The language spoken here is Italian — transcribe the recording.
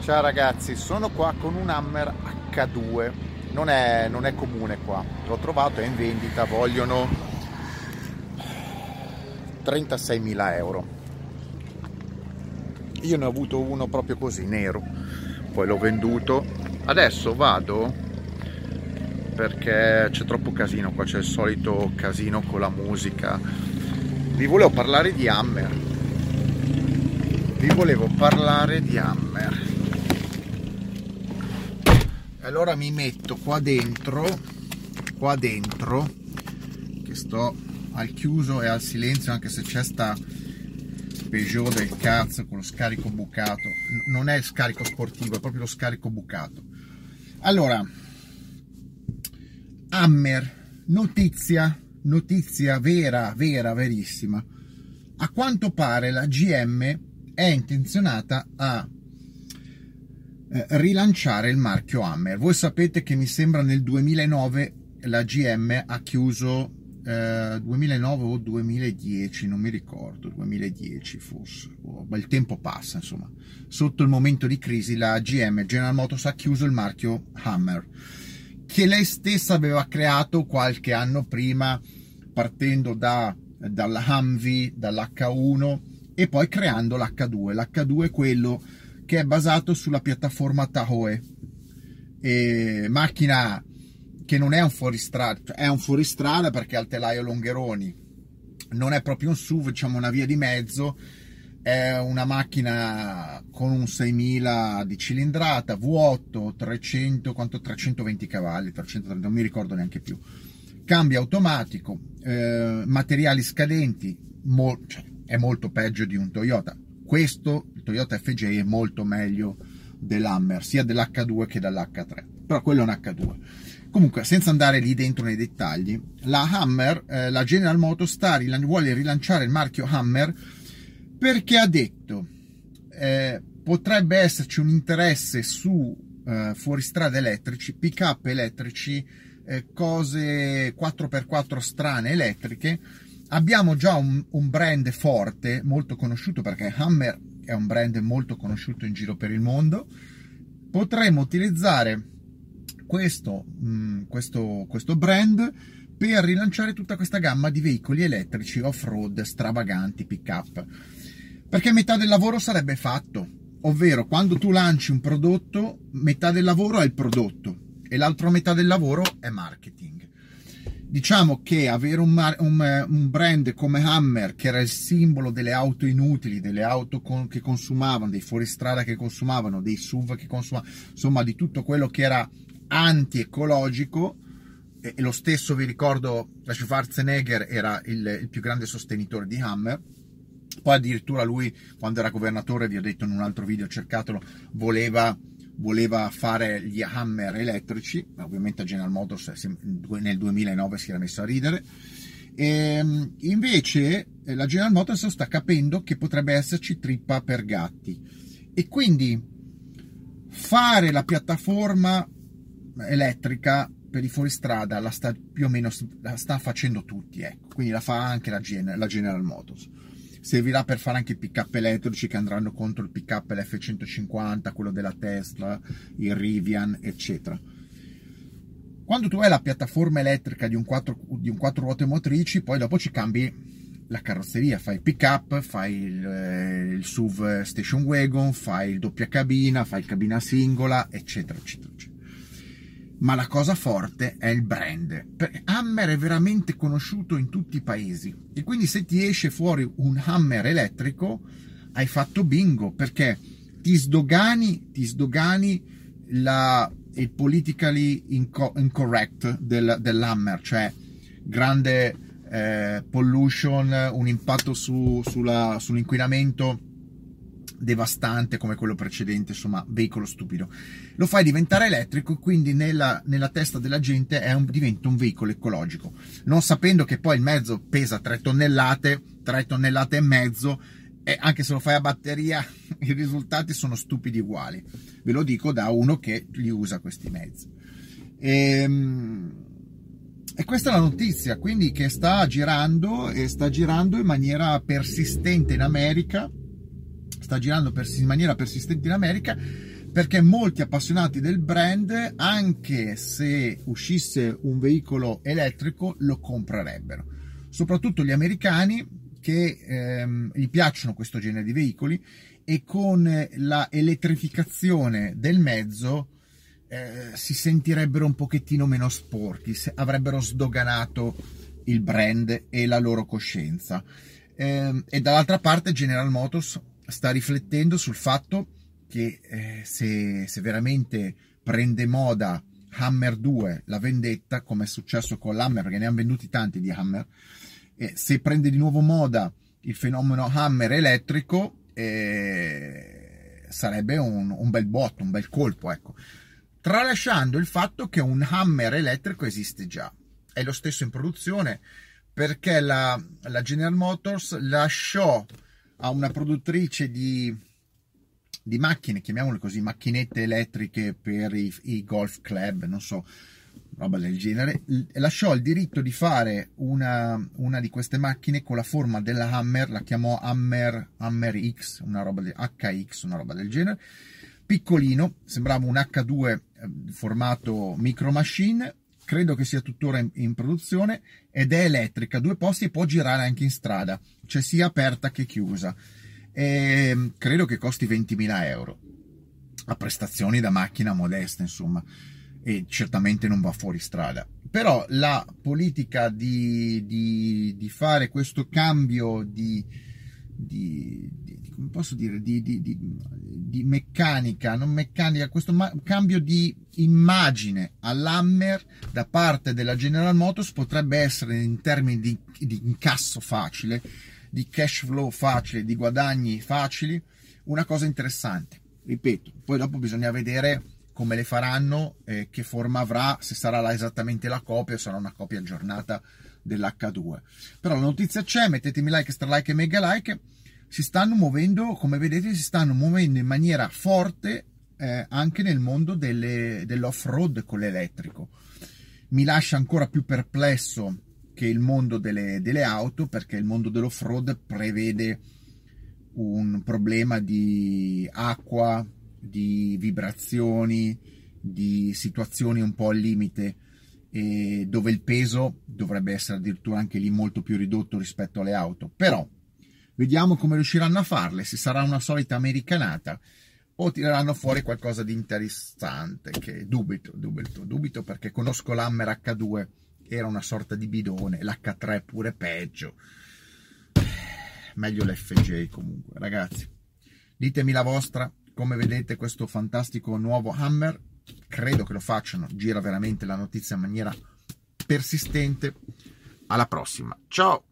Ciao ragazzi, sono qua con un Hammer H2, non è comune qua, l'ho trovato, è in vendita, vogliono 36.000 euro. Io ne ho avuto uno proprio così, nero, poi l'ho venduto. Adesso vado perché c'è troppo casino qua, c'è il solito casino con la musica. Vi volevo parlare di Hammer. Allora mi metto qua dentro, che sto al chiuso e al silenzio, anche se c'è sta Peugeot del cazzo con lo scarico bucato. Non è il scarico sportivo, è proprio lo scarico bucato. Allora, Hammer, notizia vera, verissima. A quanto pare la GM è intenzionata a rilanciare il marchio Hammer. Voi sapete che mi sembra nel 2009 la GM ha chiuso 2009 o 2010, non mi ricordo, 2010 forse, ma il tempo passa, insomma. Sotto il momento di crisi la GM, General Motors, ha chiuso il marchio Hammer, che lei stessa aveva creato qualche anno prima, partendo dalla Humvee, dall'H1 e poi creando l'H2. L'H2 è quello che è basato sulla piattaforma Tahoe, macchina che non è un fuoristrada, cioè è un fuoristrada perché ha il telaio Longheroni, non è proprio un SUV, diciamo una via di mezzo, è una macchina con un 6.000 di cilindrata, V8, 320 cavalli, 330, non mi ricordo neanche più, cambio automatico, materiali scadenti, cioè, è molto peggio di un Toyota. Questo, il Toyota FJ, è molto meglio dell'Hammer, sia dell'H2 che dell'H3, però quello è un H2. Comunque, senza andare lì dentro nei dettagli, la Hammer, la General Motors vuole rilanciare il marchio Hammer perché ha detto potrebbe esserci un interesse su fuoristrada elettrici, pick-up elettrici, cose 4x4 strane elettriche. Abbiamo già un brand forte, molto conosciuto, perché Hammer è un brand molto conosciuto in giro per il mondo. Potremmo utilizzare questo brand per rilanciare tutta questa gamma di veicoli elettrici off-road stravaganti, pick-up. Perché metà del lavoro sarebbe fatto, ovvero quando tu lanci un prodotto, metà del lavoro è il prodotto e l'altra metà del lavoro è marketing. Diciamo che avere un brand come Hammer, che era il simbolo delle auto inutili, delle auto che consumavano, dei fuoristrada che consumavano, dei SUV che consumavano, insomma di tutto quello che era anti-ecologico, e lo stesso, vi ricordo, Schwarzenegger era il più grande sostenitore di Hammer. Poi addirittura lui, quando era governatore, vi ho detto in un altro video, cercatelo, voleva fare gli Hammer elettrici, ma ovviamente General Motors nel 2009 si era messo a ridere, e invece la General Motors sta capendo che potrebbe esserci trippa per gatti, e quindi fare la piattaforma elettrica per i fuoristrada più o meno la sta facendo tutti, ecco. Quindi la fa anche la General Motors. Servirà per fare anche i pick-up elettrici che andranno contro il pick-up l'F150, quello della Tesla, il Rivian, eccetera. Quando tu hai la piattaforma elettrica di un 4 ruote motrici, poi dopo ci cambi la carrozzeria, fai il pick-up, fai il SUV station wagon, fai il doppia cabina, fai cabina singola, eccetera, eccetera, eccetera. Ma la cosa forte è il brand. Hammer è veramente conosciuto in tutti i paesi, e quindi se ti esce fuori un Hammer elettrico hai fatto bingo, perché ti sdogani il politically incorrect dell'Hammer, cioè grande pollution, un impatto sull'inquinamento devastante come quello precedente, insomma veicolo stupido. Lo fai diventare elettrico, quindi nella testa della gente diventa un veicolo ecologico, non sapendo che poi il mezzo pesa 3 tonnellate e mezzo, e anche se lo fai a batteria i risultati sono stupidi uguali. Ve lo dico da uno che li usa questi mezzi. E questa è la notizia, quindi, che sta girando in maniera persistente in America. perché molti appassionati del brand, anche se uscisse un veicolo elettrico, lo comprerebbero. Soprattutto gli americani, che gli piacciono questo genere di veicoli, e con la elettrificazione del mezzo si sentirebbero un pochettino meno sporchi, avrebbero sdoganato il brand e la loro coscienza. E dall'altra parte General Motors sta riflettendo sul fatto che se veramente prende moda Hummer 2, la vendetta, come è successo con l'Hammer, perché ne hanno venduti tanti di Hummer, se prende di nuovo moda il fenomeno Hummer elettrico, sarebbe un bel botto, un bel colpo, ecco. Tralasciando il fatto che un Hummer elettrico esiste già, è lo stesso in produzione, perché la General Motors lasciò a una produttrice di macchine, chiamiamole così, macchinette elettriche per i golf club, non so, roba del genere, lasciò il diritto di fare una di queste macchine con la forma della Hummer, la chiamò Hummer X, una roba HX, una roba del genere, piccolino, sembrava un H2 formato micro machine, credo che sia tuttora in produzione, ed è elettrica, 2 posti, e può girare anche in strada, cioè sia aperta che chiusa. E credo che costi 20.000 euro a prestazioni da macchina modesta, insomma, e certamente non va fuori strada. Però la politica di fare questo cambio come posso dire, di meccanica, non meccanica, questo cambio di immagine all'Hammer da parte della General Motors potrebbe essere, in termini di incasso facile, di cash flow facile, di guadagni facili, una cosa interessante. Ripeto, poi dopo bisogna vedere come le faranno, che forma avrà, se sarà esattamente la copia o sarà una copia aggiornata dell'H2. Però la notizia c'è, mettetemi like, stralike e mega like. Si stanno muovendo, come vedete, si stanno muovendo in maniera forte anche nel mondo dell'off-road con l'elettrico. Mi lascia ancora più perplesso che il mondo delle auto, perché il mondo dell'off-road prevede un problema di acqua, di vibrazioni, di situazioni un po' al limite, e dove il peso dovrebbe essere addirittura anche lì molto più ridotto rispetto alle auto. Però vediamo come riusciranno a farle, se sarà una solita americanata o tireranno fuori qualcosa di interessante, che dubito, perché conosco l'Hammer H2, era una sorta di bidone, l'H3 pure peggio, meglio l'FJ. Comunque ragazzi, ditemi la vostra, come vedete questo fantastico nuovo Hammer. Credo che lo facciano, gira veramente la notizia in maniera persistente. Alla prossima, ciao!